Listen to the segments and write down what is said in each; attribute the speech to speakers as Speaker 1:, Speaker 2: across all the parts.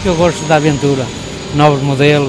Speaker 1: porque eu gosto da aventura, novos modelos.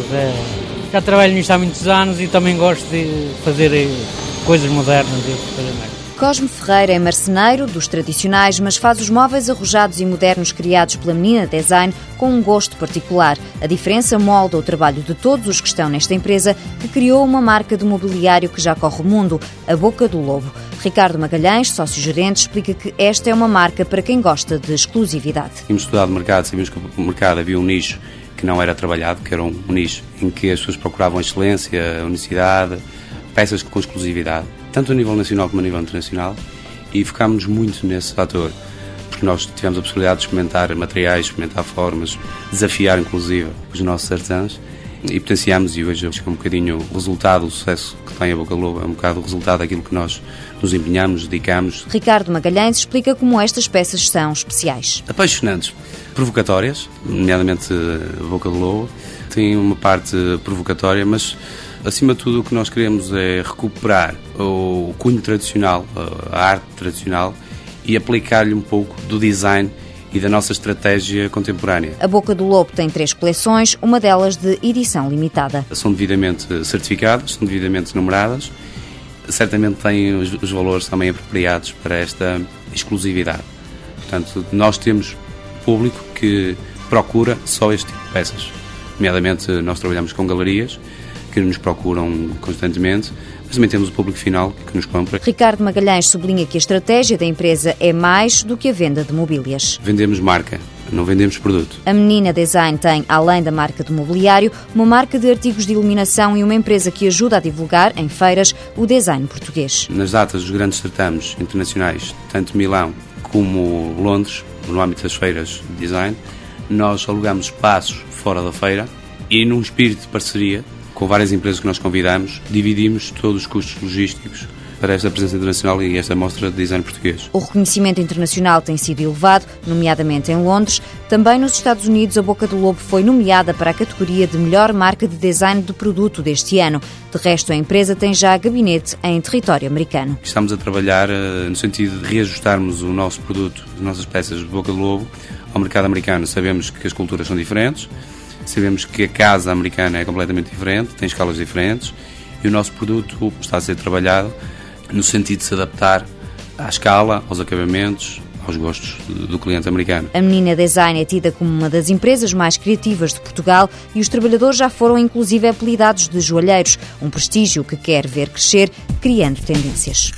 Speaker 1: Já trabalho nisto há muitos anos e também gosto de fazer coisas modernas e coisas mais.
Speaker 2: Cosme Ferreira é marceneiro dos tradicionais, mas faz os móveis arrojados e modernos criados pela Menina Design com um gosto particular. A diferença molda o trabalho de todos os que estão nesta empresa, que criou uma marca de mobiliário que já corre o mundo, a Boca do Lobo. Ricardo Magalhães, sócio-gerente, explica que esta é uma marca para quem gosta de exclusividade.
Speaker 3: Tínhamos estudado o mercado, sabíamos que no mercado havia um nicho que não era trabalhado, que era um nicho em que as pessoas procuravam excelência, unicidade, peças com exclusividade, tanto a nível nacional como a nível internacional, e focámos muito nesse fator, porque nós tivemos a possibilidade de experimentar materiais, experimentar formas, desafiar inclusive os nossos artesãos, e potenciamos, e hoje acho que é um bocadinho o resultado, o sucesso que tem a Boca do Lobo, é um bocado o resultado daquilo que nós nos empenhamos, dedicamos.
Speaker 2: Ricardo Magalhães explica como estas peças são especiais.
Speaker 3: Apaixonantes, provocatórias, nomeadamente a Boca do Lobo, tem uma parte provocatória, mas acima de tudo o que nós queremos é recuperar o cunho tradicional, a arte tradicional, e aplicar-lhe um pouco do design e da nossa estratégia contemporânea.
Speaker 2: A Boca do Lobo tem 3 coleções, uma delas de edição limitada.
Speaker 3: São devidamente certificadas, são devidamente numeradas, certamente têm os valores também apropriados para esta exclusividade. Portanto, nós temos público que procura só este tipo de peças. Nomeadamente, nós trabalhamos com galerias que nos procuram constantemente, mas também temos o público final que nos compra.
Speaker 2: Ricardo Magalhães sublinha que a estratégia da empresa é mais do que a venda de mobílias.
Speaker 3: Vendemos marca, não vendemos produto.
Speaker 2: A Menina Design tem, além da marca de mobiliário, uma marca de artigos de iluminação e uma empresa que ajuda a divulgar, em feiras, o design português.
Speaker 3: Nas datas dos grandes certames internacionais, tanto Milão como Londres, no âmbito das feiras de design, nós alugamos espaços fora da feira e, num espírito de parceria, com várias empresas que nós convidamos, dividimos todos os custos logísticos para esta presença internacional e esta mostra de design português.
Speaker 2: O reconhecimento internacional tem sido elevado, nomeadamente em Londres. Também nos Estados Unidos, a Boca do Lobo foi nomeada para a categoria de melhor marca de design de produto deste ano. De resto, a empresa tem já gabinete em território americano.
Speaker 3: Estamos a trabalhar no sentido de reajustarmos o nosso produto, as nossas peças de Boca do Lobo, ao mercado americano. Sabemos que as culturas são diferentes, sabemos que a casa americana é completamente diferente, tem escalas diferentes, e o nosso produto está a ser trabalhado no sentido de se adaptar à escala, aos acabamentos, aos gostos do cliente americano.
Speaker 2: A Menina Design é tida como uma das empresas mais criativas de Portugal e os trabalhadores já foram inclusive apelidados de joalheiros, um prestígio que quer ver crescer, criando tendências.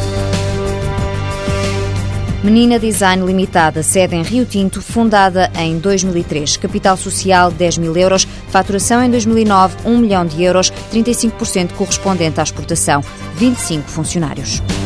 Speaker 2: Menina Design Limitada, sede em Rio Tinto, fundada em 2003. Capital social 10 mil euros, faturação em 2009 1 milhão de euros, 35% correspondente à exportação, 25 funcionários.